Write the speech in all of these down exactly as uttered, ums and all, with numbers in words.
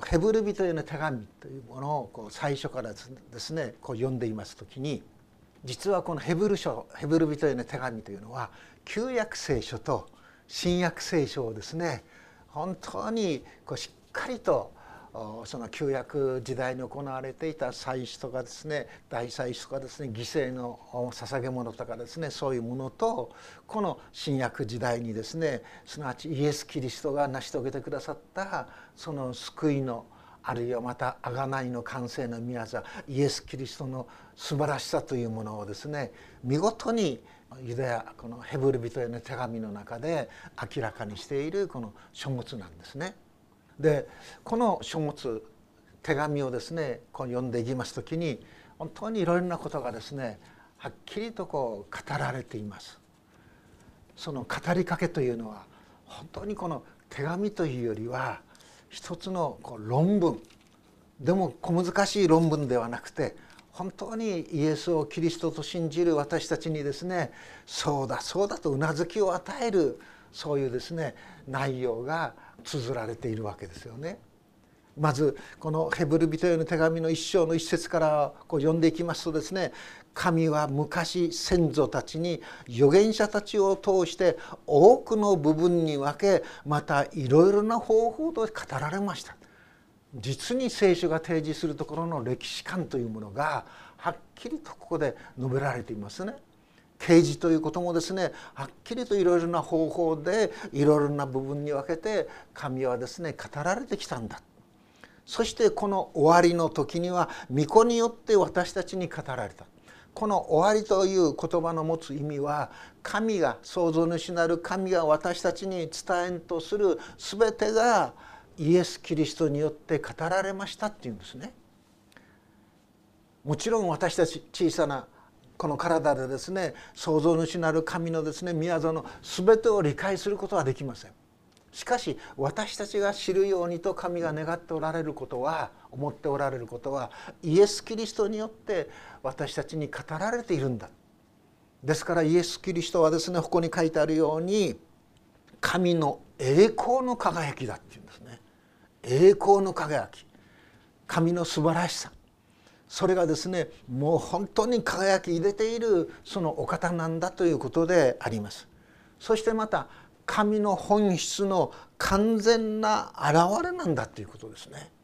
ヘブル人への手紙というものをこう最初からですねこう読んでいますときに、実はこのヘブル書ヘブル人への手紙というのは旧約聖書と新約聖書をですね本当にこうしっかりとその旧約時代に行われていた祭祀とかですね大祭司とかですね犠牲の捧げ物とかですねそういうものと、この新約時代にですねすなわちイエス・キリストが成し遂げてくださったその救いの、あるいはまた贖いの完成の御業、イエス・キリストの素晴らしさというものをですね見事にユダヤこのヘブル人への手紙の中で明らかにしているこの書物なんですね。でこの書物手紙をですねこう読んでいきますときに、本当にいろいろなことがですねはっきりとこう語られています。その語りかけというのは本当にこの手紙というよりは一つのこう論文でも小難しい論文ではなくて、本当にイエスをキリストと信じる私たちにですねそうだそうだとうなずきを与える、そういうですね内容が綴られているわけですよね。まずこのヘブル人への手紙の一章の一節からこう読んでいきますとですね、神は昔先祖たちに預言者たちを通して多くの部分に分け、またいろいろな方法で語られました。実に聖書が提示するところの歴史観というものがはっきりとここで述べられていますね。啓示ということもですねはっきりといろいろな方法でいろいろな部分に分けて神はですね語られてきたんだ。そしてこの終わりの時には御子によって私たちに語られた。この終わりという言葉の持つ意味は、神が創造主なる神が私たちに伝えんとする全てがイエス・キリストによって語られましたっていうんですね。もちろん私たち小さなこの体でですね創造主なる神のですね御業の全てを理解することはできません。しかし私たちが知るようにと神が願っておられることは、思っておられることはイエス・キリストによって私たちに語られているんだ。ですからイエス・キリストはですねここに書いてあるように神の栄光の輝きだっていうんですね。栄光の輝き、神の素晴らしさ、それがですねもう本当に輝き出ているそのお方なんだということであります。そしてまた神の本質の完全な現れなんだということですね。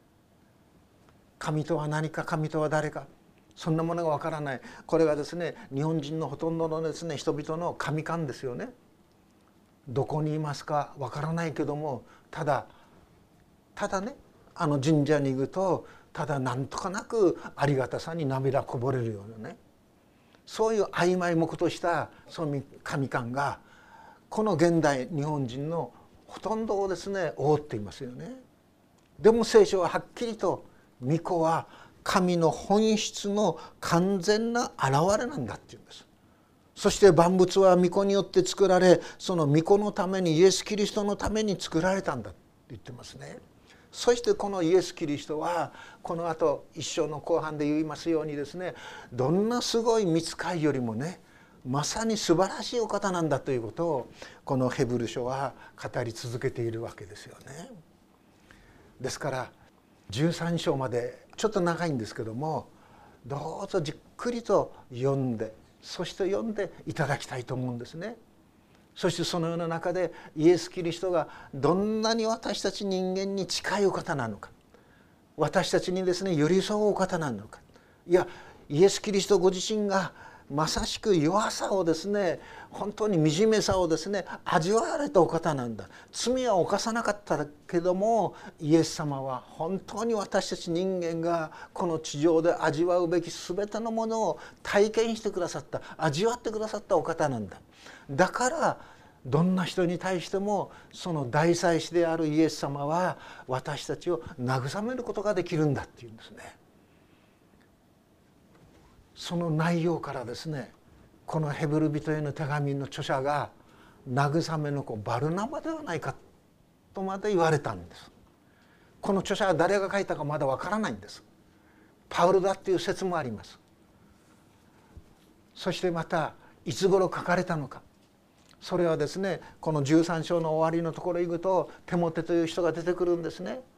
神とは何か、神とは誰か、そんなものがわからない。これがですね日本人のほとんどのですね人々の神観ですよね。どこにいますかわからないけども、ただただねあの神社に行くとただなんとかなくありがたさに涙こぼれるようなね、そういう曖昧黙としたその神観がこの現代日本人のほとんどをですね覆っていますよね。でも聖書ははっきりと御子は神の本質の完全な現れなんだっていうんです。そして万物は御子によって作られ、その御子のためにイエス・キリストのために作られたんだって言ってますね。そしてこのイエス・キリストはこのあと一章の後半で言いますようにですね、どんなすごい御使いよりもねまさに素晴らしいお方なんだということをこのヘブル書は語り続けているわけですよね。ですからじゅうさん章までちょっと長いんですけども、どうぞじっくりと読んで、そして読んでいただきたいと思うんですね。そしてそのような中でイエス・キリストがどんなに私たち人間に近いお方なのか、私たちにですね寄り添うお方なのか、いやイエス・キリストご自身がまさしく弱さをですね本当に惨めさをですね味わわれたお方なんだ。罪は犯さなかったけどもイエス様は本当に私たち人間がこの地上で味わうべき全てのものを体験してくださった、味わってくださったお方なんだ。だからどんな人に対してもその大祭司であるイエス様は私たちを慰めることができるんだっていうんですね。その内容からですねこのヘブル人への手紙の著者が慰めの子バルナバではないかとまで言われたんです。この著者は誰が書いたかまだわからないんです。パウロだっていう説もあります。そしてまたいつ頃書かれたのか、それはですねこのじゅうさん章の終わりのところへ行くとテモテという人が出てくるんですね。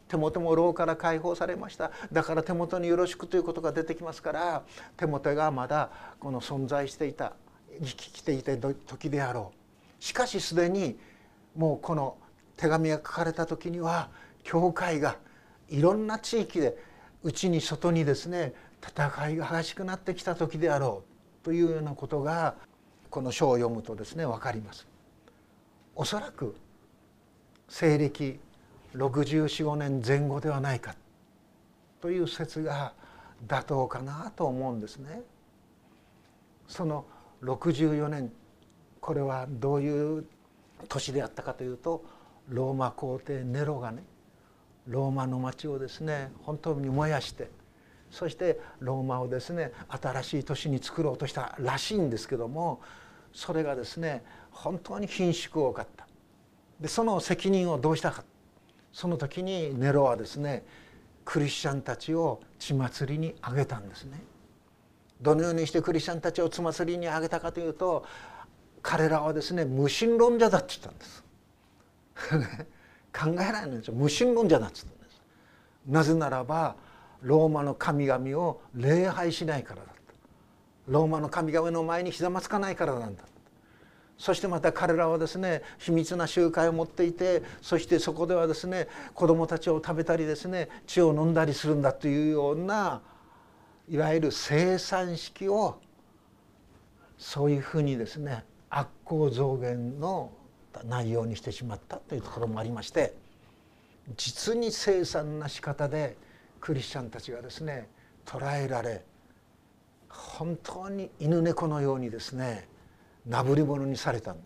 手元も牢から解放されました。だから手元によろしくということが出てきますから、手元がまだこの存在していた、生きていた時であろう。しかしすでにもうこの手紙が書かれた時には、教会がいろんな地域で内に外にですね、戦いが激しくなってきた時であろうというようなことがこの書を読むとですね分かります。おそらく西暦ろくじゅうよん、ごねんぜん後ではないかという説が妥当かなと思うんですね。そのろくじゅうよねん、これはどういう年であったかというと、ローマ皇帝ネロがね、ローマの町をですね本当に燃やして、そしてローマをですね新しい都市に作ろうとしたらしいんですけども、それがですね本当に貧縮多かった。でその責任をどうしたか、その時にネロはですねクリスチャンたちを血祭りにあげたんですね。どのようにしてクリスチャンたちを血祭りにあげたかというと、彼らはですね無神論者だって言ったんです考えられないんですよ。無神論者だって言ったんです。なぜならばローマの神々を礼拝しないからだった。ローマの神々の前にひざまつかないからなんだ。そしてまた彼らはですね秘密な集会を持っていて、そしてそこではですね子どもたちを食べたりですね血を飲んだりするんだというような、いわゆる生産式をそういうふうにですね悪行増減の内容にしてしまったというところもありまして、実に凄惨な仕方でクリスチャンたちがですね捕らえられ、本当に犬猫のようにですねなぶり物にされたんです。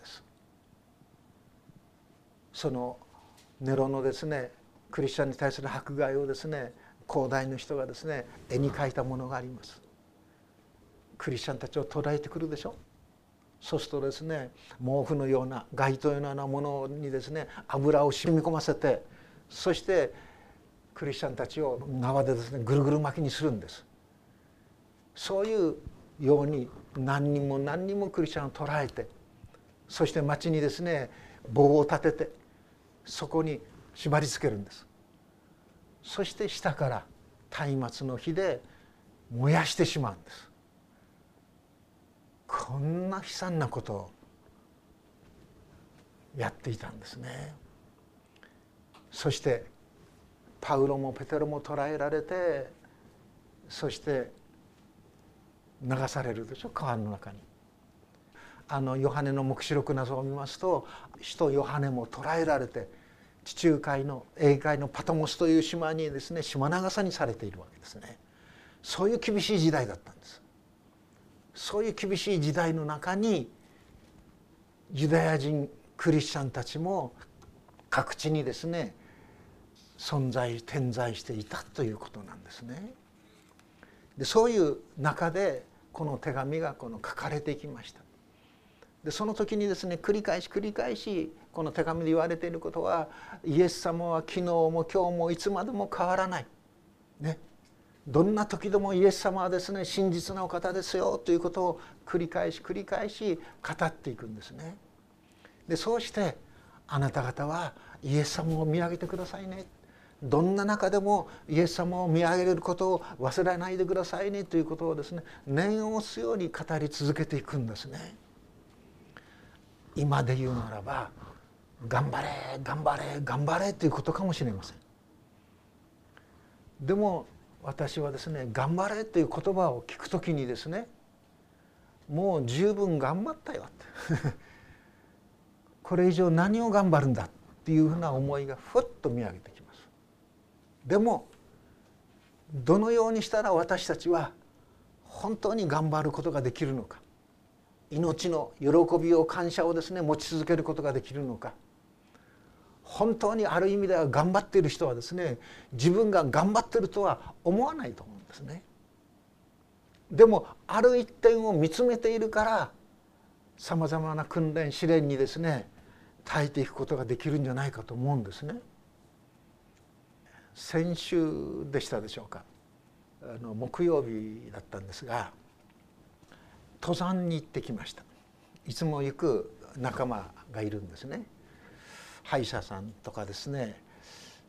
そのネロのですねクリスチャンに対する迫害をですね広大の人がですね絵に描いたものがあります。クリスチャンたちを捕らえてくるでしょ。そうするとですね毛布のような街灯のようなものにですね油を染み込ませて、そしてクリスチャンたちを縄でですねぐるぐる巻きにするんです。そういうように何人も何人もクリスチャンを捕らえて、そして町にですね棒を立ててそこに縛り付けるんです。そして下から松明の火で燃やしてしまうんです。こんな悲惨なことをやっていたんですね。そしてパウロもペテロも捕らえられて、そして流されるでしょ、川の中に。あのヨハネの黙示録などを見ますと、使徒ヨハネも捕らえられて地中海の英海のパトモスという島にですね島流さにされているわけですね。そういう厳しい時代だったんです。そういう厳しい時代の中にユダヤ人クリスチャンたちも各地にですね存在点在していたということなんですね。でそういう中でこの手紙がこの書かれていきました。でその時にですね繰り返し繰り返しこの手紙で言われていることは、イエス様は昨日も今日もいつまでも変わらない、ね、どんな時でもイエス様はですね真実なお方ですよということを繰り返し繰り返し語っていくんですね。でそうしてあなた方はイエス様を見上げてくださいね、どんな中でもイエス様を見上げることを忘れないでくださいねということをですね念を押すように語り続けていくんですね。今で言うならば頑張れ頑張れ頑張れということかもしれません。でも私はですね頑張れという言葉を聞くときにですね、もう十分頑張ったよってこれ以上何を頑張るんだっていうふうな思いがふっと見上げてきます。でもどのようにしたら私たちは本当に頑張ることができるのか、命の喜びを感謝をですね持ち続けることができるのか。本当にある意味では頑張っている人はですね自分が頑張っているとは思わないと思うんですね。でもある一点を見つめているからさまざまな訓練試練にですね耐えていくことができるんじゃないかと思うんですね。先週でしたでしょうか、あの木曜日だったんですが登山に行ってきました。いつも行く仲間がいるんですね。歯医者さんとかですね、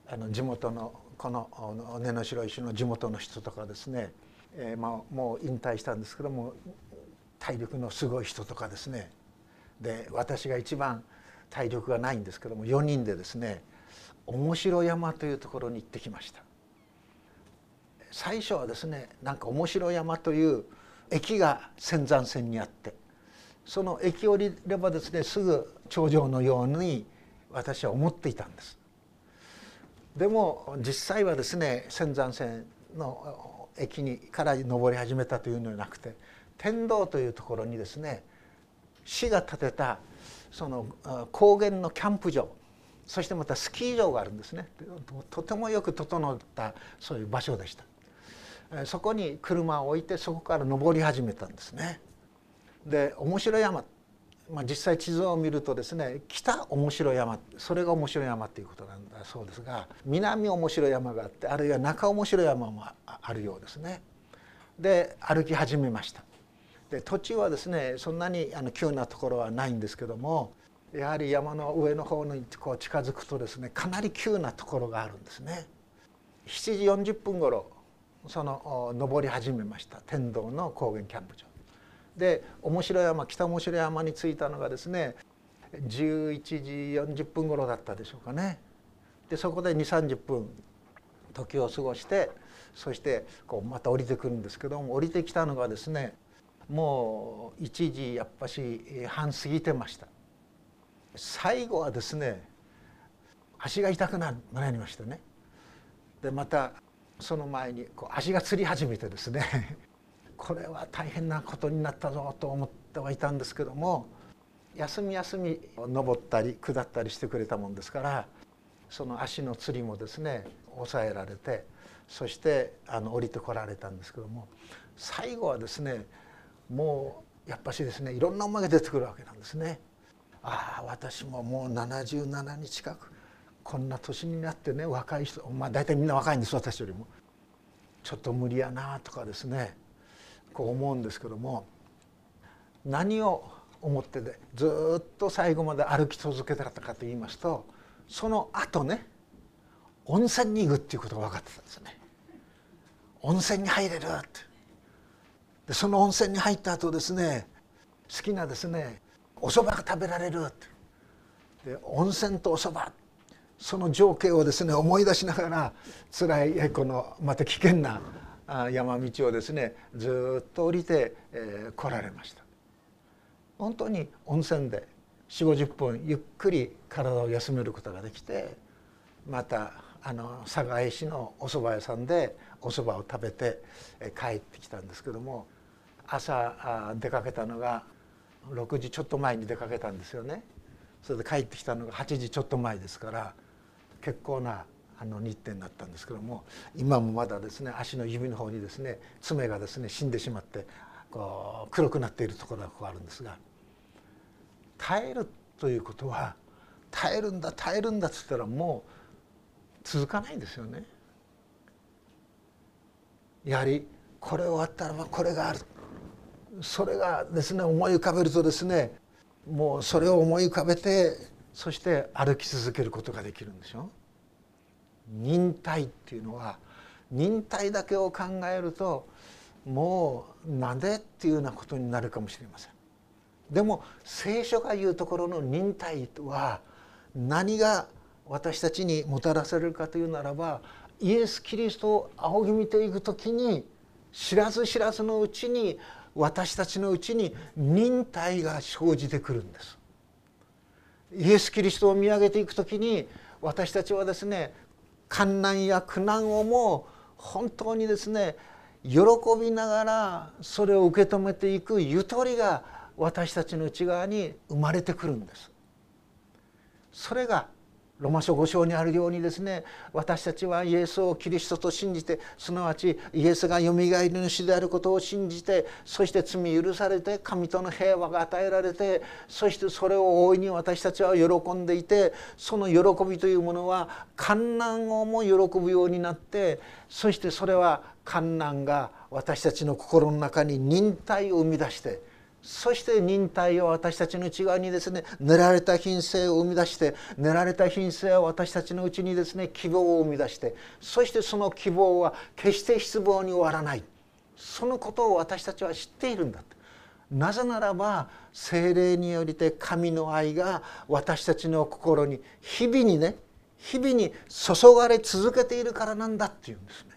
あの地元のこの根の白石の地元の人とかですね、えー、まあもう引退したんですけども体力のすごい人とかですね、で私が一番体力がないんですけどもよにんでですね面白山というところに行ってきました。最初はですねなんか面白山という駅が仙山線にあって、その駅降りればですねすぐ頂上のように私は思っていたんです。でも実際はですね仙山線の駅にから登り始めたというのではなくて、天童というところにですね市が建てたその高原のキャンプ場、そしてまたスキー場があるんですね。とてもよく整ったそういう場所でした。そこに車を置いてそこから登り始めたんですね。で面白山、まあ、実際地図を見るとですね北面白山、それが面白山ということなんだそうですが、南面白山があって、あるいは中面白山もあるようですね。で歩き始めました。で土地はですねそんなにあの急なところはないんですけども、やはり山の上の方にこう近づくとですねかなり急なところがあるんですね。しちじよんじゅっぷんごろその登り始めました、天童の高原キャンプ場で面白山、北面白山に着いたのがですねじゅういちじよんじゅっぷんごろだったでしょうかね。でそこでにじゅうさんじゅっぷん時を過ごして、そしてこうまた降りてくるんですけども、降りてきたのがですねもういちじやっぱし半過ぎてました。最後はですね足が痛くなりましたね。でまたその前にこう足がつり始めてですねこれは大変なことになったぞと思ってはいたんですけども、休み休み登ったり下ったりしてくれたもんですから、その足のつりもですね抑えられて、そしてあの降りてこられたんですけども、最後はですねもうやっぱしですねいろんな思いが出てくるわけなんですね。ああ私ももうななじゅうななに近くこんな年になってね、若い人、まあ大体みんな若いんです私よりも、ちょっと無理やなとかですねこう思うんですけども、何を思ってでずっと最後まで歩き続けたかと言いますと、その後ね温泉に行くっていうことが分かってたんですね。温泉に入れるって。でその温泉に入った後ですね好きなですねお蕎麦が食べられるって。で温泉とお蕎麦、その情景をですね思い出しながら辛いこのまた危険な山道をですねずっと降りて、えー、来られました。本当に温泉でよんじゅうごじゅっぷんゆっくり体を休めることができて、またあの寒河江市のお蕎麦屋さんでお蕎麦を食べて帰ってきたんですけども、朝出かけたのがろくじちょっと前に出かけたんですよね。それで帰ってきたのがはちじちょっと前ですから、結構なあの日程になったんですけども、今もまだですね足の指の方にですね爪がですね死んでしまってこう黒くなっているところがこうあるんですが、耐えるということは耐えるんだ耐えるんだっつったらもう続かないんですよね。やはりこれ終わったらばこれがある、それがですね思い浮かべるとですねもうそれを思い浮かべて、そして歩き続けることができるんでしょ。忍耐っていうのは忍耐だけを考えるともうなんでっていうようなことになるかもしれません。でも聖書が言うところの忍耐は何が私たちにもたらされるかというならば、イエス・キリストを仰ぎ見ていくときに知らず知らずのうちに私たちのうちに忍耐が生じてくるんです。イエス・キリストを見上げていくときに私たちはですね患難や苦難をも本当にですね喜びながらそれを受け止めていくゆとりが私たちの内側に生まれてくるんです。それがロマ書ご章にあるようにですね、私たちはイエスをキリストと信じて、すなわちイエスがよみがえりの主であることを信じて、そして罪許されて神との平和が与えられて、そしてそれを大いに私たちは喜んでいて、その喜びというものは患難をも喜ぶようになって、そしてそれは患難が私たちの心の中に忍耐を生み出して、 そして忍耐を私たちの内側にですね、練られた品性を生み出して、練られた品性は私たちのうちにですね、希望を生み出して、そしてその希望は決して失望に終わらない、そのことを私たちは知っているんだと。なぜならば聖霊によりて神の愛が私たちの心に日々にね、日々に注がれ続けているからなんだっていうんですね。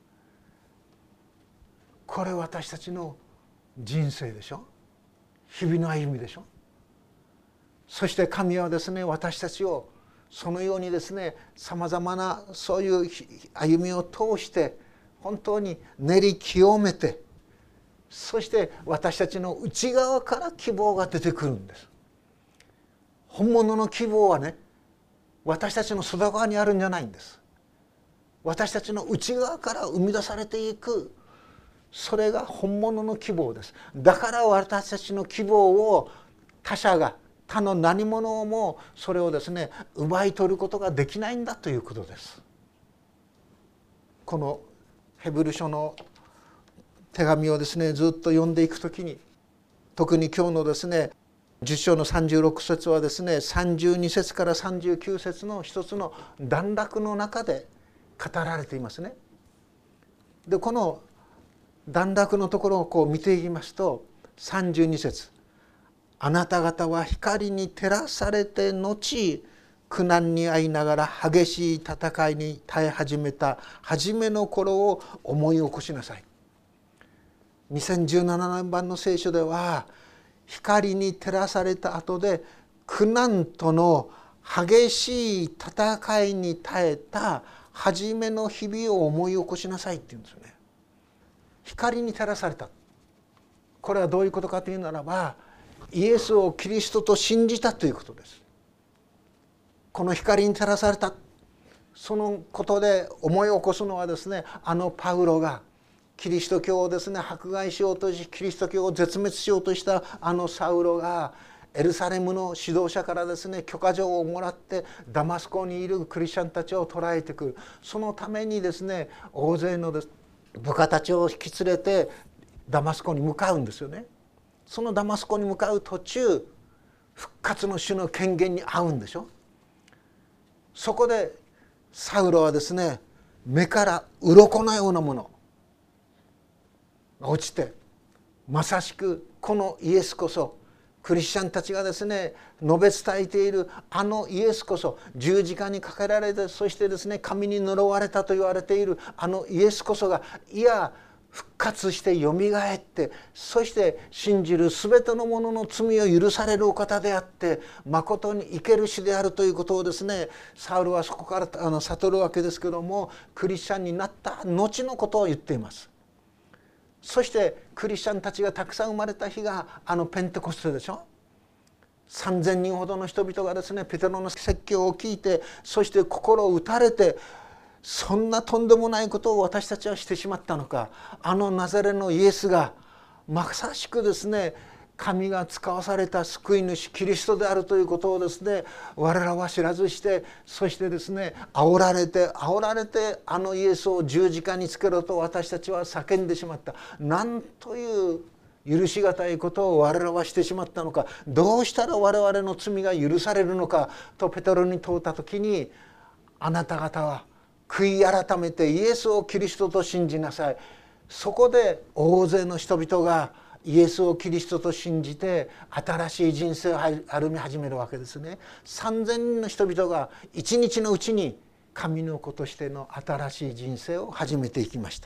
これ私たちの人生でしょ、日々の歩みでしょ。そして神はですね、私たちをそのようにですね、さまざまなそういう歩みを通して本当に練り清めて、そして私たちの内側から希望が出てくるんです。本物の希望はね、私たちの外側にあるんじゃないんです。私たちの内側から生み出されていく、それが本物の希望です。だから私たちの希望を他者が、他の何者もそれをですね、奪い取ることができないんだということです。このヘブル書の手紙をですね、ずっと読んでいくときに、特に今日のですねじゅっ章のさんじゅうろく節はですね、さんじゅうに節からさんじゅうきゅう節の一つの段落の中で語られていますね。でこの段落のところをこう見ていきますと、さんじゅうに節、あなた方は光に照らされて後、苦難に遭いながら激しい戦いに耐え始めた初めの頃を思い起こしなさい。にせんじゅうななねん版の聖書では、光に照らされた後で苦難との激しい戦いに耐えた初めの日々を思い起こしなさいって言うんですよね。光に照らされた、これはどういうことかというならば、イエスをキリストと信じたということです。この光に照らされた、そのことで思い起こすのはですね、あのパウロがキリスト教をですね迫害しようとし、キリスト教を絶滅しようとしたあのサウロがエルサレムの指導者からですね許可状をもらってダマスコにいるクリスチャンたちを捕らえてくる。そのためにですね、大勢の部下たちを引き連れてダマスコに向かうんですよね。そのダマスコに向かう途中、復活の主の権限に会うんでしょ。そこでサウロはですね、目から鱗のようなものが落ちて、まさしくこのイエスこそ、クリスチャンたちがですね述べ伝えているあのイエスこそ、十字架にかけられて、そしてですね神に呪われたと言われているあのイエスこそが、いや復活してよみがえって、そして信じるすべての者の罪を許されるお方であって、まことに生ける主であるということをですね、サウルはそこからあの悟るわけですけども、クリスチャンになった後のことを言っています。そしてクリスチャンたちがたくさん生まれた日があのペンテコステでしょ。さんぜんにんほどの人々がですねペテロの説教を聞いて、そして心を打たれて、そんなとんでもないことを私たちはしてしまったのか。あのナザレのイエスがまさしくですね神が使わされた救い主キリストであるということをですね我らは知らずして、そしてですね煽られて煽られてあのイエスを十字架につけろと私たちは叫んでしまった。なんという許しがたいことを我らはしてしまったのか。どうしたら我々の罪が許されるのかとペテロに問うた時に、あなた方は悔い改めてイエスをキリストと信じなさい。そこで大勢の人々がイエスをキリストと信じて新しい人生を歩み始めるわけですね。さんぜんにんの人々が一日のうちに神の子としての新しい人生を始めていきました。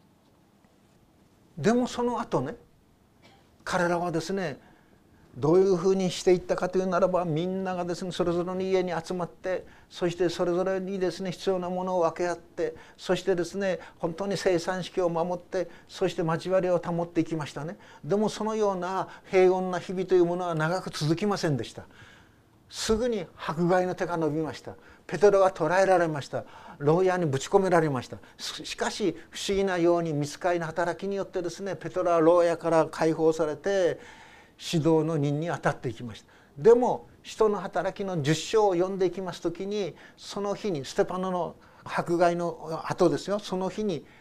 でもその後ね、彼らはですねどういうふうにしていったかというならば、みんながですねそれぞれの家に集まって、そしてそれぞれにですね必要なものを分け合って、そしてですね本当に生産式を守って、そして交わりを保っていきましたね。でもそのような平穏な日々というものは長く続きませんでした。すぐに迫害の手が伸びました。ペテロは捕らえられました。牢屋にぶち込められました。しかし不思議なように御使いの働きによってですねペテロは牢屋から解放されて指導の任に当たっていきました。でも使徒の働きのじゅっ章を読んでいきますときに、その日にステパノの迫害の後ですよ、その日に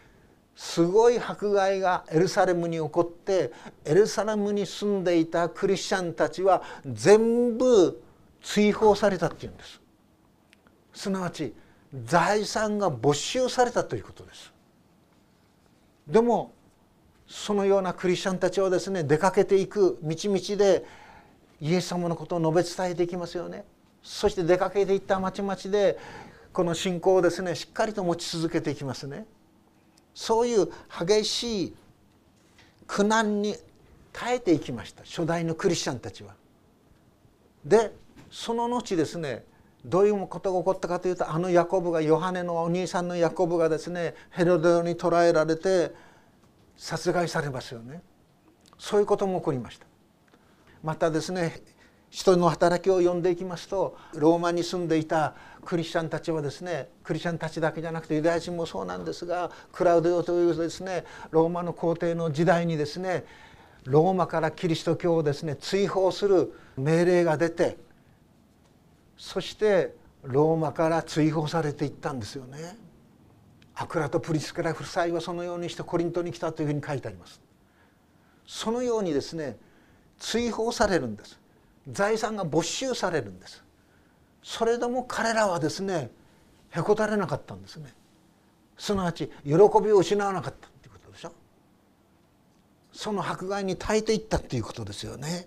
すごい迫害がエルサレムに起こって、エルサレムに住んでいたクリスチャンたちは全部追放されたっていうんです。すなわち財産が没収されたということです。でもそのようなクリスチャンたちはですね、出かけていく道々でイエス様のことを述べ伝えていきますよね。そして出かけていった町々でこの信仰をですねしっかりと持ち続けていきますね。そういう激しい苦難に耐えていきました、初代のクリスチャンたちは。でその後ですね、どういうことが起こったかというと、あのヤコブが、ヨハネのお兄さんのヤコブがですねヘロデに捕らえられて殺害されますよね。そういうことも起こりました。またですね、人の働きを読んでいきますと、ローマに住んでいたクリスチャンたちはですね、クリスチャンたちだけじゃなくてユダヤ人もそうなんですが、クラウディオというですねローマの皇帝の時代にですね、ローマからキリスト教をですね追放する命令が出て、そしてローマから追放されていったんですよね。アクラとプリスケラ夫妻はそのようにしてコリントに来たというふうに書いてあります。そのようにですね追放されるんです。財産が没収されるんです。それでも彼らはですねへこたれなかったんですね。すなわち喜びを失わなかったということでしょ。その迫害に耐えていったということですよね。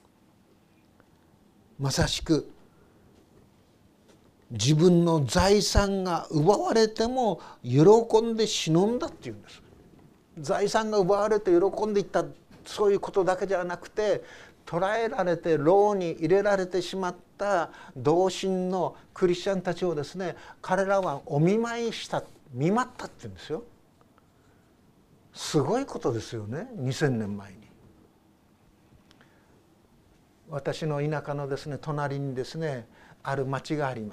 まさしく自分の財産が奪われても喜んで忍んだっていうんです。財産が奪われて喜んでいった、そういうことだけじゃなくて、捕らえられて牢に入れられてしまった同心のクリスチャンたちをですね、彼らはお見舞いした、見舞ったって言うんですよ。すごいことですよね。にせんねんまえに。私の田舎のですね隣にですねある町があります。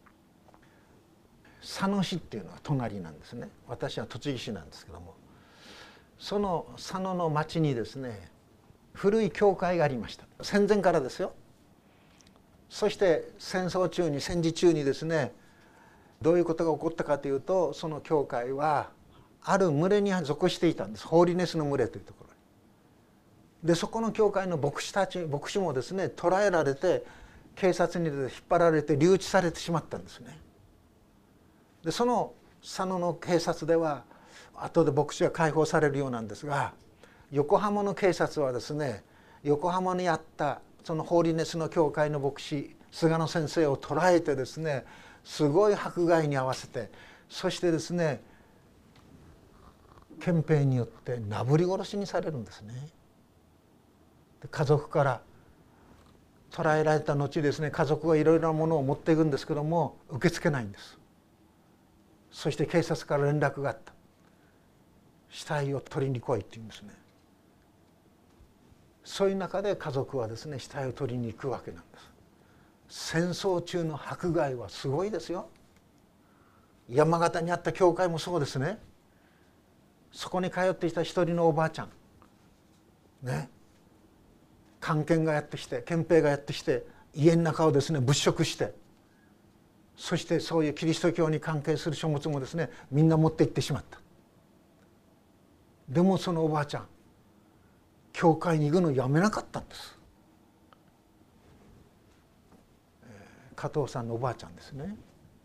佐野市っていうのは隣なんですね。私は栃木市なんですけども、その佐野の町にですね古い教会がありました。戦前からですよ。そして戦争中に、戦時中にですねどういうことが起こったかというと、その教会はある群れに属していたんです。ホーリネスの群れというところに。でそこの教会の牧師たち、牧師もですね捕らえられて警察に引っ張られて留置されてしまったんですね。でその佐野の警察では後で牧師が解放されるようなんですが、横浜の警察はですね横浜にあったそのホーリネスの教会の牧師菅野先生を捕らえてですねすごい迫害に遭わせて、そしてですね憲兵によってなぶり殺しにされるんですね。で家族から捕らえられた後ですね、家族がいろいろなものを持っていくんですけども受け付けないんです。そして警察から連絡があった。死体を取りに来いって言うんですね。そういう中で家族はですね死体を取りに行くわけなんです。戦争中の迫害はすごいですよ。山形にあった教会もそうですね。そこに通っていた一人のおばあちゃんね、官憲がやってきて、憲兵がやってきて家の中をですね物色して、そしてそういうキリスト教に関係する書物もですねみんな持って行ってしまった。でもそのおばあちゃん教会に行くのやめなかったんです。加藤さんのおばあちゃんですね。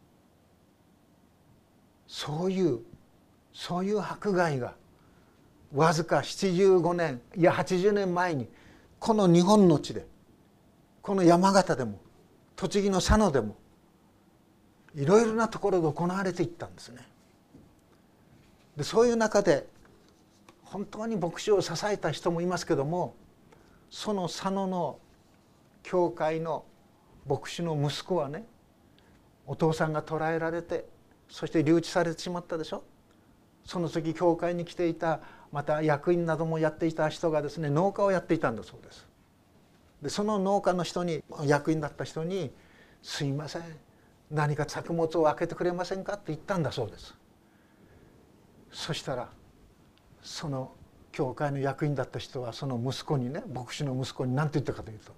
そういうそういう迫害がわずかななじゅうごねんいやはちじゅうねんまえにこの日本の地で、この山形でも栃木の佐野でもいろいろなところで行われていったんですね。でそういう中で本当に牧師を支えた人もいますけども、その佐野の教会の牧師の息子はね、お父さんが捕らえられてそして留置されてしまったでしょ。その時教会に来ていた、また役員などもやっていた人がですね農家をやっていたんだそうです。でその農家の人に、役員だった人に「すいません、何か作物を開けてくれませんか?」って言ったんだそうです。そしたらその教会の役員だった人はその息子にね、牧師の息子に何て言ったかというと、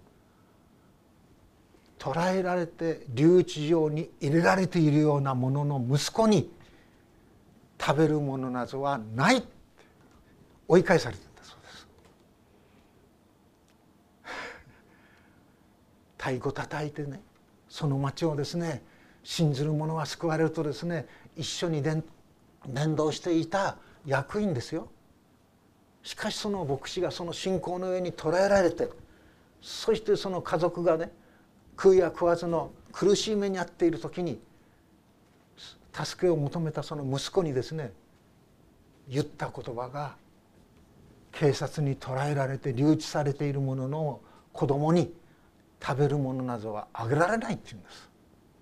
捕らえられて留置場に入れられているようなものの息子に食べるものなどはないって追い返されていたそうです。太鼓叩いてね、その町をですね、信ずる者は救われるとですね、一緒に伝道していた役員ですよ。しかしその牧師がその信仰の上に捕らえられて、そしてその家族がね、食うや食わずの苦しい目に遭っている時に助けを求めたその息子にですね、言った言葉が、警察に捕らえられて留置されている者の子供に食べるものなどはあげられないって言うんです。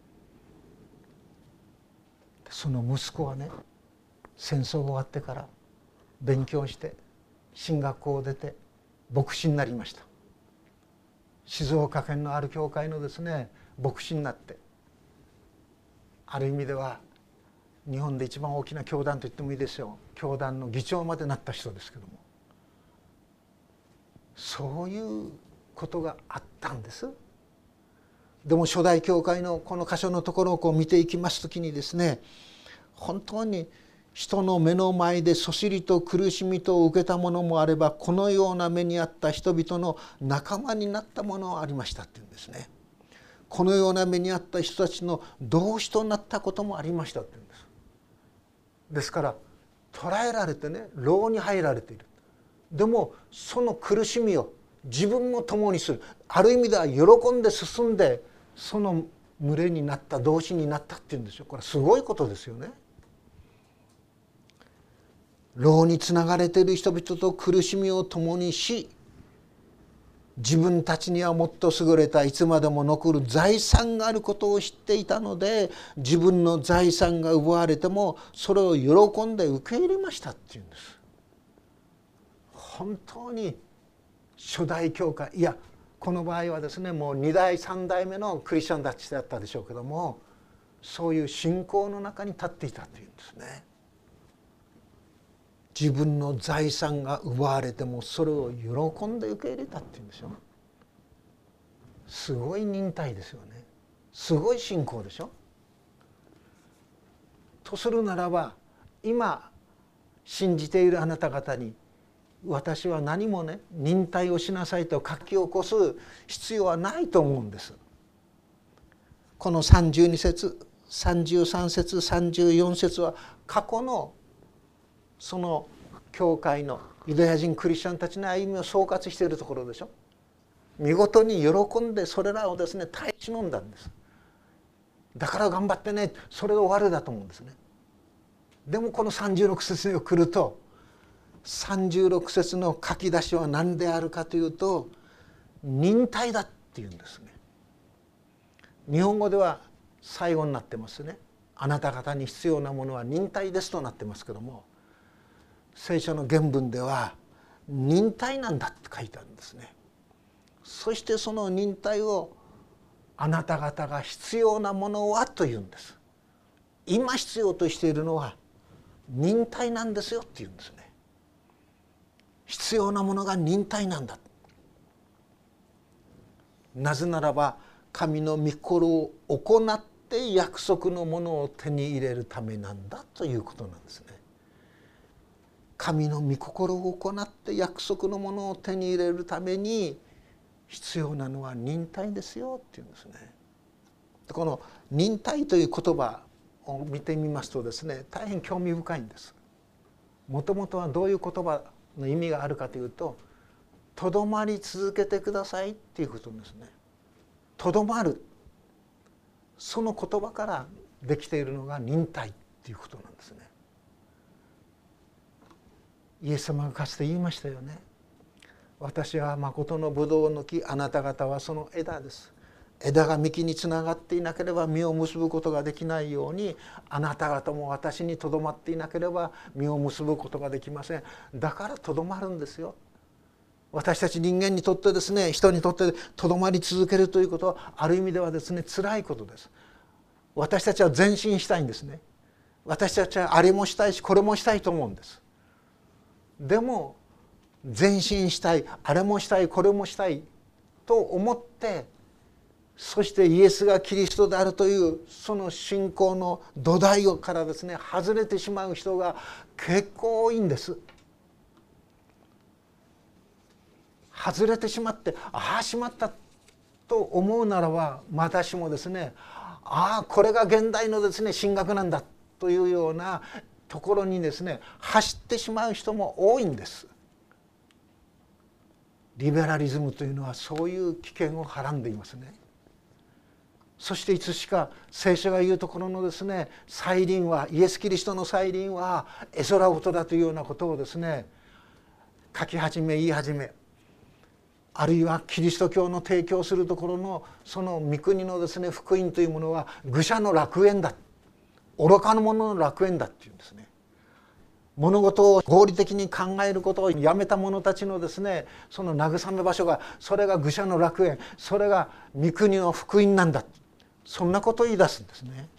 その息子はね、戦争が終わってから勉強して進学校を出て牧師になりました。静岡県のある教会のですね牧師になって、ある意味では日本で一番大きな教団と言ってもいいですよ、教団の議長までなった人ですけども、そういうことがあったんです。でも初代教会のこの箇所のところをこう見ていきますときにですね、本当に人の目の前でそしりと苦しみと受けたものもあれば、このような目にあった人々の仲間になったものがありましたっていうんですね。このような目にあった人たちの同志となったこともありましたっていうんです。ですから捕らえられてね、牢に入られている。でもその苦しみを自分も共にする、ある意味では喜んで進んでその群れになった、同志になったっていうんですよ。これはすごいことですよね。牢につながれている人々と苦しみを共にし、自分たちにはもっと優れたいつまでも残る財産があることを知っていたので、自分の財産が奪われてもそれを喜んで受け入れましたっていうんです。本当に初代教会、いやこの場合はですね、もうに代さん代目のクリスチャンたちだったでしょうけども、そういう信仰の中に立っていたというんですね。自分の財産が奪われてもそれを喜んで受け入れたっていうんですよ。すごい忍耐ですよね。すごい信仰でしょ。とするならば、今信じているあなた方に、私は何もね、忍耐をしなさいと書き起こす必要はないと思うんです。このさんじゅうに節、さんじゅうさん節、さんじゅうよん節は過去のその教会のユダヤ人クリスチャンたちの歩みを総括しているところでしょ。見事に喜んでそれらをですね耐え忍んだんです。だから頑張ってね、それで終わるだと思うんですね。でもこのさんじゅうろく節に来ると、さんじゅうろく節の書き出しは何であるかというと、忍耐だっていうんですね。日本語では最後になってますね。あなた方に必要なものは忍耐ですとなってますけども、聖書の原文では忍耐なんだって書いてあるんですね。そしてその忍耐をあなた方が必要なものはというんです。今必要としているのは忍耐なんですよっていうんですね。必要なものが忍耐なんだ。なぜならば神の御心を行って約束のものを手に入れるためなんだということなんですね。神の御心を行って約束のものを手に入れるために必要なのは忍耐ですよっていうんですね。この忍耐という言葉を見てみますとですね、大変興味深いんです。もともとはどういう言葉の意味があるかというと、とどまり続けてくださいっていうことですね。とどまる、その言葉からできているのが忍耐っていうことなんですね。イエス様がかつて言いましたよね。私は誠のブドウの木、あなた方はその枝です。枝が幹につながっていなければ実を結ぶことができないように、あなた方も私にとどまっていなければ実を結ぶことができません。だからとどまるんですよ。私たち人間にとってですね、人にとってとどまり続けるということはある意味ではですね、辛いことです。私たちは前進したいんですね。私たちはあれもしたいしこれもしたいと思うんです。でも前進したい、あれもしたい、これもしたいと思ってそしてイエスがキリストであるというその信仰の土台からですね外れてしまう人が結構多いんです。外れてしまってああしまったと思うならばまたしもですねああこれが現代のですね神学なんだというようなところにですね走ってしまう人も多いんです。リベラリズムというのはそういう危険をはらんでいますね。そしていつしか聖書が言うところのですね再臨はイエス・キリストの再臨は絵空事だというようなことをですね書き始め言い始め、あるいはキリスト教の提供するところのその御国のですね福音というものは愚者の楽園だ、愚かな者の楽園だっていうんですね。物事を合理的に考えることをやめた者たちのですねその慰め場所がそれが愚者の楽園、それが御国の福音なんだ、そんなことを言い出すんですね。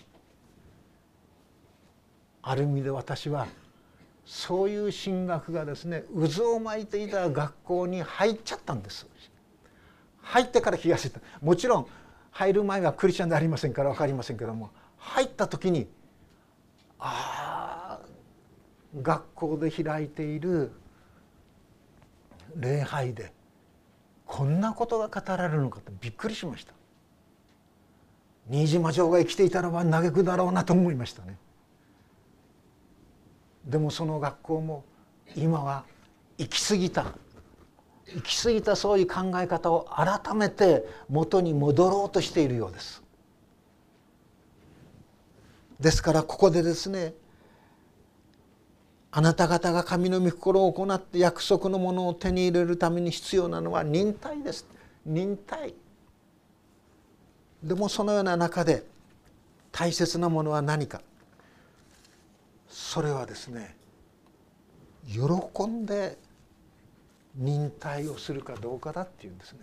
ある意味で私はそういう神学がですね渦を巻いていた学校に入っちゃったんです。入ってから気が付いた。もちろん入る前はクリスチャンでありませんから分かりませんけども、入った時にああ学校で開いている礼拝でこんなことが語られるのかとびっくりしました。新島城が生きていたらば嘆くだろうなと思いましたね。でもその学校も今は行き過ぎた行き過ぎたそういう考え方を改めて元に戻ろうとしているようです。ですからここでですね、あなた方が神の御心を行って約束のものを手に入れるために必要なのは忍耐です。忍耐。でもそのような中で大切なものは何か。それはですね、喜んで忍耐をするかどうかだっていうんですね。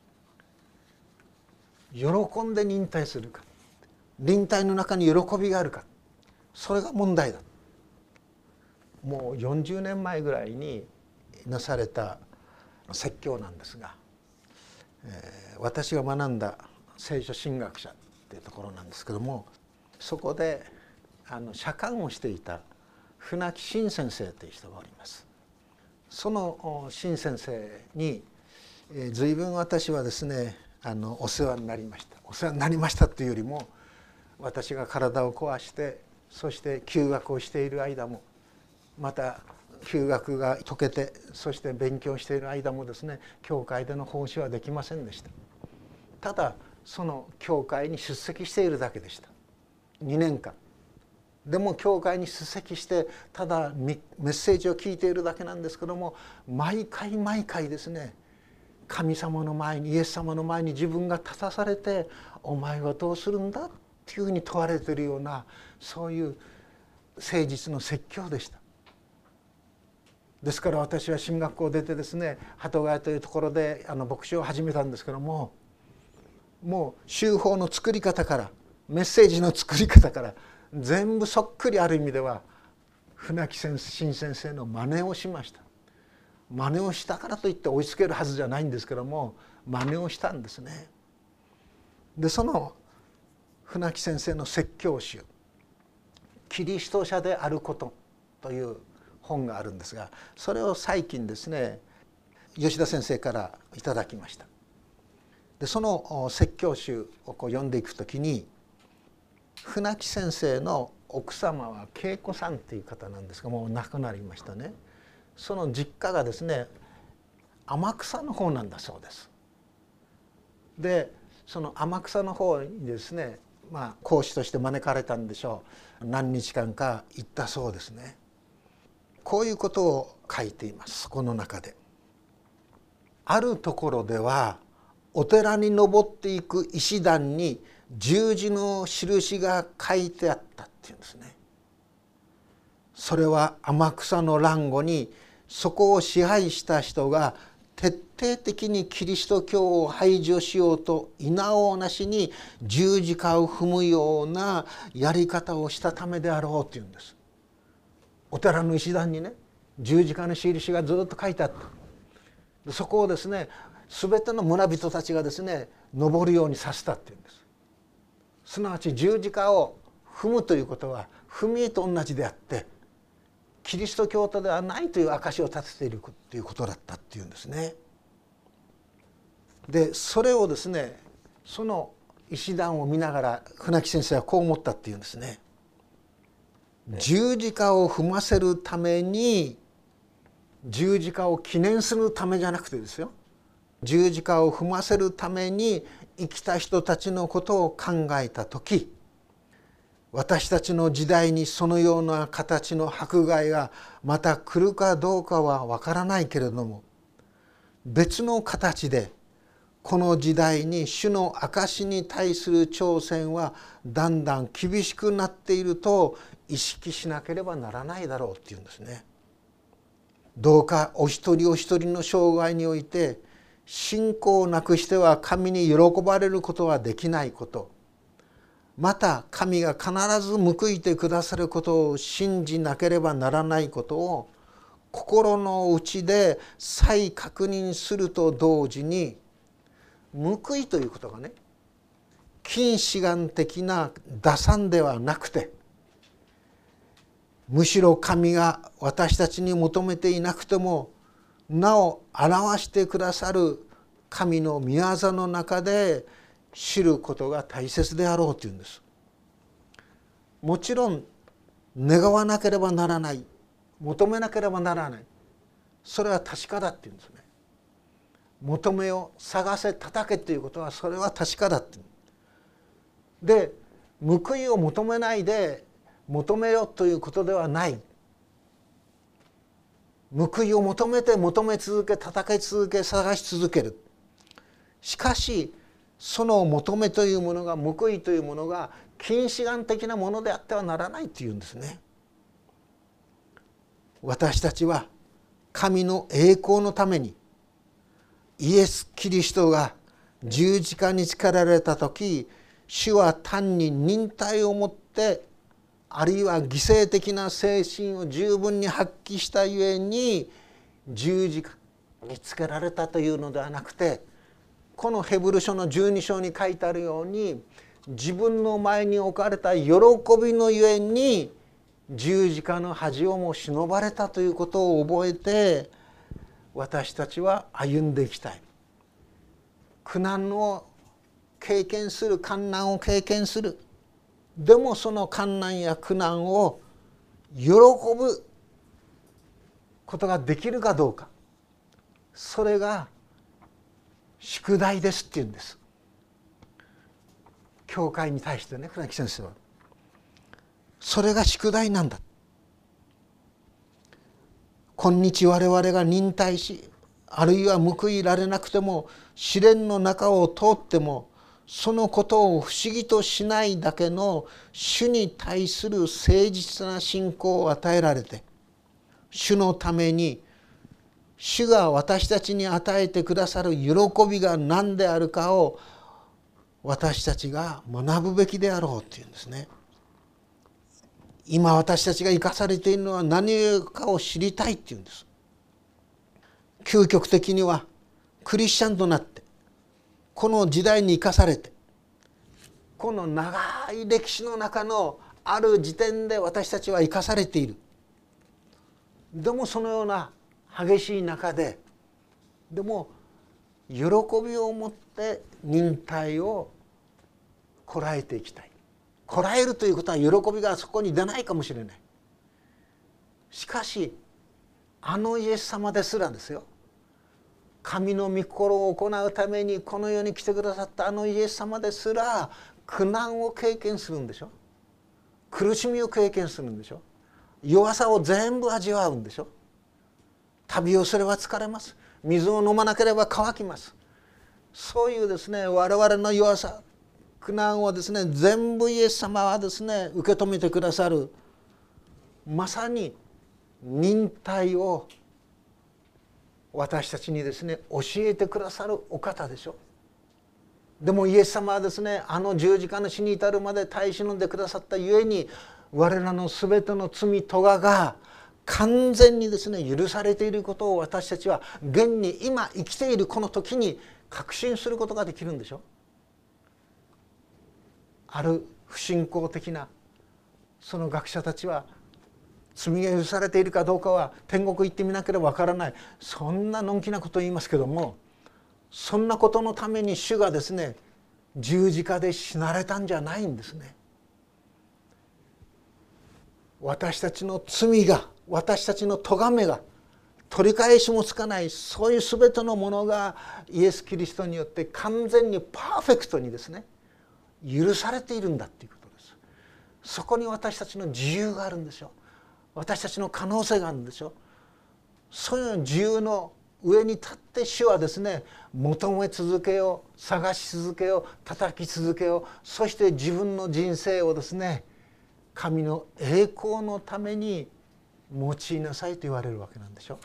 喜んで忍耐するか、忍耐の中に喜びがあるか、それが問題だ。もうよんじゅうねんまえぐらいになされた説教なんですが、えー、私が学んだ聖書神学者っていうところなんですけども、そこであの釈迦をしていた船木真先生という人がおります。その真先生に、えー、随分私はですねあのお世話になりました。お世話になりましたというよりも、私が体を壊してそして休学をしている間も、また休学が解けてそして勉強している間もですね教会での奉仕はできませんでした。ただその教会に出席しているだけでした。にねんかん。でも教会に出席してただメッセージを聞いているだけなんですけども、毎回毎回ですね神様の前にイエス様の前に自分が立たされて、お前はどうするんだっていうふうに問われているような、そういう誠実の説教でした。ですから私は神学校を出てですね鳩ヶ谷というところであの牧師を始めたんですけども、もう修法の作り方からメッセージの作り方から全部そっくり、ある意味では船木新先生の真似をしました。真似をしたからといって追いつけるはずじゃないんですけども、真似をしたんですね。でその船木先生の説教集「キリスト者であること」という本があるんですが、それを最近ですね吉田先生からいただきました。でその説教集をこう読んでいくときに、船木先生の奥様は恵子さんという方なんですが、もう亡くなりましたね。その実家がですね天草の方なんだそうです。でその天草の方にですね、まあ講師として招かれたんでしょう。何日間か行ったそうですね。こういうことを書いています。この中であるところではお寺に登っていく石段に十字の印が書いてあったっていうんですね。それは天草の乱後にそこを支配した人が徹底的にキリスト教を排除しようと否応なしに十字架を踏むようなやり方をしたためであろうというんです。お寺の石段にね十字架の印がずっと書いてあった。そこをですね全ての村人たちがですね登るようにさせたっていうんです。すなわち十字架を踏むということは踏み絵と同じであって、キリスト教徒ではないという証を立てているということだったっていうんですね。でそれをですね、その石段を見ながら船木先生はこう思ったっていうんですね。十字架を踏ませるために、十字架を記念するためじゃなくてですよ、十字架を踏ませるために生きた人たちのことを考えた時、私たちの時代にそのような形の迫害がまた来るかどうかはわからないけれども、別の形でこの時代に主の証に対する挑戦はだんだん厳しくなっていると意識しなければならないだろうっていうんですね。どうかお一人お一人の生涯において、信仰をなくしては神に喜ばれることはできないこと、また神が必ず報いてくださることを信じなければならないことを心の内で再確認すると同時に、報いということがね、近視眼的な打算ではなくて、むしろ神が私たちに求めていなくてもなお表してくださる神の御業の中で知ることが大切であろうというんです。もちろん願わなければならない、求めなければならない、それは確かだっていうんですね。求めを探せ叩けということはそれは確かだっていう。で報いを求めないで求めよということではない。報いを求めて求め続け、叩き続け、探し続ける。しかしその求めというものが、報いというものが近視眼的なものであってはならないというんですね。私たちは神の栄光のために、イエス・キリストが十字架につけられた時、主は単に忍耐をもって、あるいは犠牲的な精神を十分に発揮したゆえに十字架につけられたというのではなくて、このヘブル書のじゅうに章に書いてあるように、自分の前に置かれた喜びのゆえに十字架の恥をも忍ばれたということを覚えて、私たちは歩んでいきたい。苦難を経験する、患難を経験する。でもその患難や苦難を喜ぶことができるかどうか、それが宿題ですっていうんです。教会に対してね、船木先生はそれが宿題なんだ。今日我々が忍耐し、あるいは報いられなくても試練の中を通っても、そのことを不思議としないだけの主に対する誠実な信仰を与えられて、主のために主が私たちに与えてくださる喜びが何であるかを私たちが学ぶべきであろうというんですね。今私たちが生かされているのは何かを知りたいっていうんです。究極的にはクリスチャンとなってこの時代に生かされて、この長い歴史の中のある時点で私たちは生かされている。でもそのような激しい中で、でも喜びを持って忍耐をこらえていきたい。こらえるということは喜びがそこに出ないかもしれない。しかしあのイエス様ですらですよ、神の御心を行うためにこの世に来てくださったあのイエス様ですら苦難を経験するんでしょ。苦しみを経験するんでしょ。弱さを全部味わうんでしょ。旅をすれば疲れます。水を飲まなければ乾きます。そういうですね、我々の弱さ、苦難をですね、全部イエス様はですね受け止めてくださる、まさに忍耐を私たちにですね教えてくださるお方でしょ。でもイエス様はですね、あの十字架の死に至るまで耐え忍んでくださったゆえに、我らのすべての罪咎が完全にですね許されていることを私たちは現に今生きているこの時に確信することができるんでしょ。ある不信仰的なその学者たちは罪が許されているかどうかは天国行ってみなければわからない、そんなのんきなことを言いますけども、そんなことのために主がですね十字架で死なれたんじゃないんですね。私たちの罪が、私たちの咎めが取り返しもつかない、そういう全てのものがイエス・キリストによって完全にパーフェクトにですね許されているんだということです。そこに私たちの自由があるんですよ。私たちの可能性があるんですよ。そういう自由の上に立って主はですね求め続けよう、探し続けよう、叩き続けよう、そして自分の人生をですね神の栄光のために用いなさいと言われるわけなんでしょ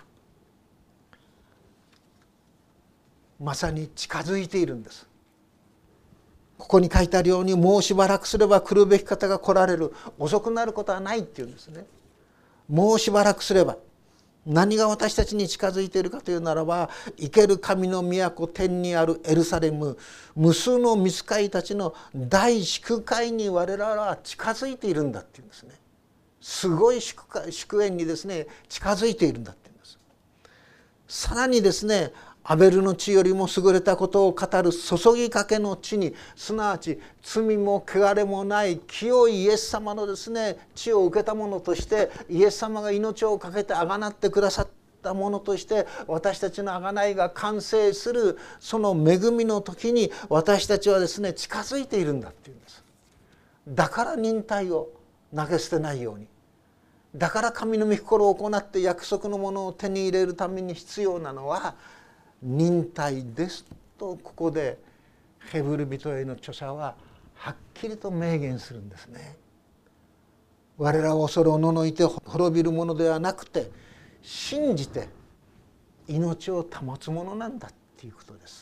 う。まさに近づいているんです。ここに書いてあるように、もうしばらくすれば来るべき方が来られる、遅くなることはないっていうんですね。もうしばらくすれば、何が私たちに近づいているかというならば、生ける神の都、天にあるエルサレム、無数の御使いたちの大祝会に我々は近づいているんだっていうんですね。すごい祝会、祝宴にですね近づいているんだっていうんです。さらにですね、アベルの地よりも優れたことを語る注ぎかけの地に、すなわち罪も汚れもない清いイエス様のですね血を受けたものとして、イエス様が命を懸けてあがなってくださったものとして、私たちのあがないが完成するその恵みの時に私たちはですね近づいているんだっていうんです。だから忍耐を投げ捨てないように、だから神の御心を行って約束のものを手に入れるために必要なのは忍耐ですと、ここでヘブル人への著者ははっきりと明言するんですね。我らは恐れおののいて滅びるものではなくて、信じて命を保つものなんだっていうことです。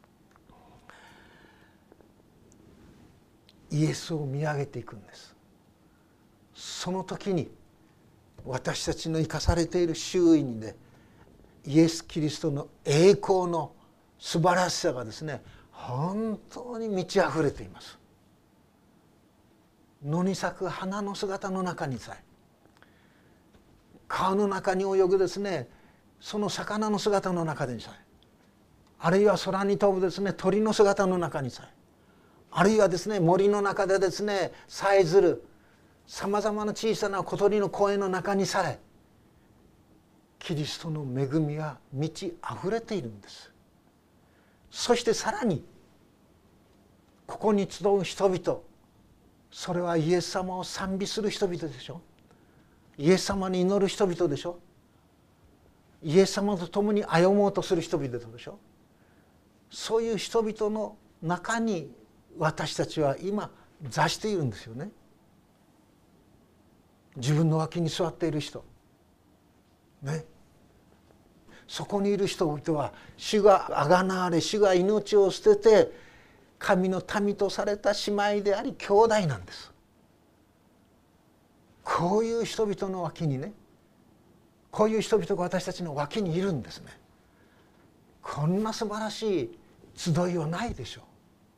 イエスを見上げていくんです。その時に私たちの生かされている周囲にね、イエス・キリストの栄光の素晴らしさがですね本当に満ち溢れています。野に咲く花の姿の中にさえ、川の中に泳ぐですねその魚の姿の中でさえ、あるいは空に飛ぶですね鳥の姿の中にさえ、あるいはですね森の中でですねさえずるさまざまな小さな小鳥の声の中にさえ、キリストの恵みは満ち溢れているんです。そしてさらにここに集う人々、それはイエス様を賛美する人々でしょ。イエス様に祈る人々でしょ。イエス様と共に歩もうとする人々でしょ。そういう人々の中に私たちは今座しているんですよね。自分の脇に座っている人ね、そこにいる人々は主があがなわれ、主が命を捨てて神の民とされた姉妹であり兄弟なんです。こういう人々の脇にね、こういう人々が私たちの脇にいるんですね。こんな素晴らしい集いはないでしょ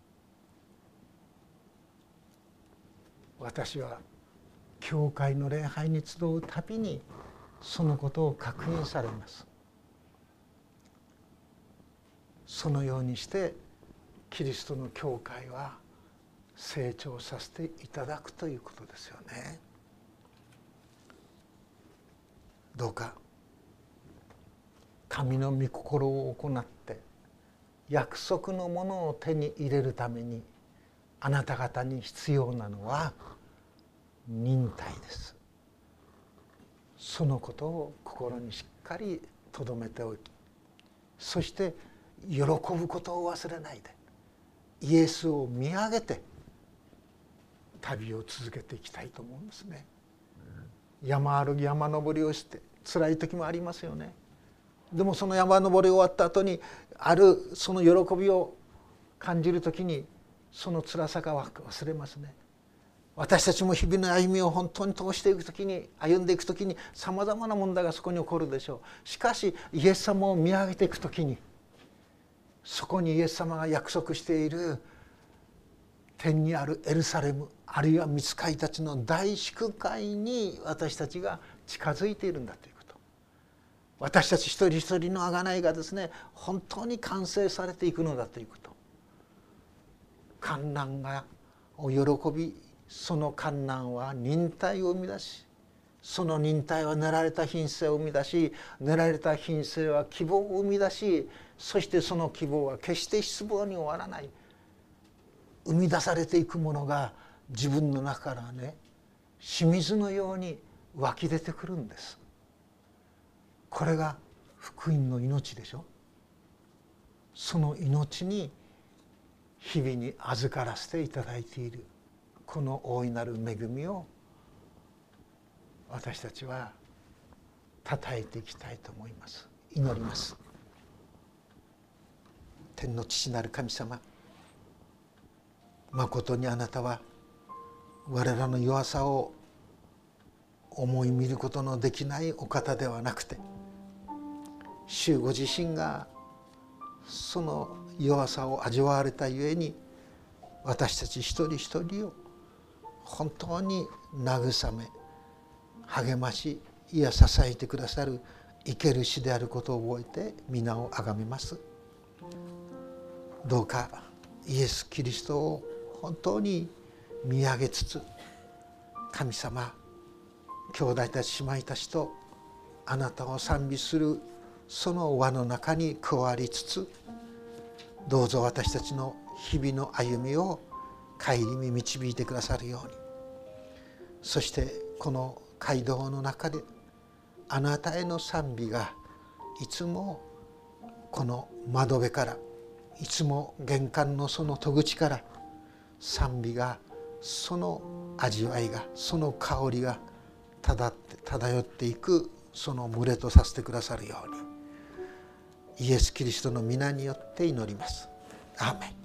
う。私は教会の礼拝に集うたびにそのことを確認されます。そのようにしてキリストの教会は成長させていただくということですよね。どうか神の御心を行って約束のものを手に入れるためにあなた方に必要なのは忍耐です。そのことを心にしっかり留めておき、そして喜ぶことを忘れないでイエスを見上げて旅を続けていきたいと思うんですね。山歩き山登りをして辛い時もありますよね。でもその山登り終わった後にあるその喜びを感じる時にその辛さが忘れますね。 私たちも日々の歩みを本当に通していくときに、歩んでいくときにさまざまな問題がそこに起こるでしょう。しかしイエス様を見上げていくときに、そこにイエス様が約束している天にあるエルサレム、あるいは御使いたちの大祝会に私たちが近づいているんだということ。私たち一人一人の贖いがですね、本当に完成されていくのだということ。患難がお喜び、その患難は忍耐を生み出し、その忍耐は練られた品性を生み出し、練られた品性は希望を生み出し、そしてその希望は決して失望に終わらない。生み出されていくものが自分の中からね、清水のように湧き出てくるんです。これが福音の命でしょ。その命に日々に預からせていただいているこの大いなる恵みを私たちは称えていきたいと思います。祈ります。天の父なる神様、まことにあなたは我らの弱さを思い見ることのできないお方ではなくて、主ご自身がその弱さを味わわれたゆえに、私たち一人一人を本当に慰め励まし、いや支えてくださる生ける主であることを覚えて皆をあがめます。どうかイエス・キリストを本当に見上げつつ、神様、兄弟たち姉妹たちとあなたを賛美するその輪の中に加わりつつ、どうぞ私たちの日々の歩みを顧み導いてくださるように、そしてこの街道の中であなたへの賛美がいつもこの窓辺から、いつも玄関のその戸口から賛美が、その味わいが、その香りが漂っていく、その群れとさせてくださるように、イエス・キリストの皆によって祈ります。アーメン。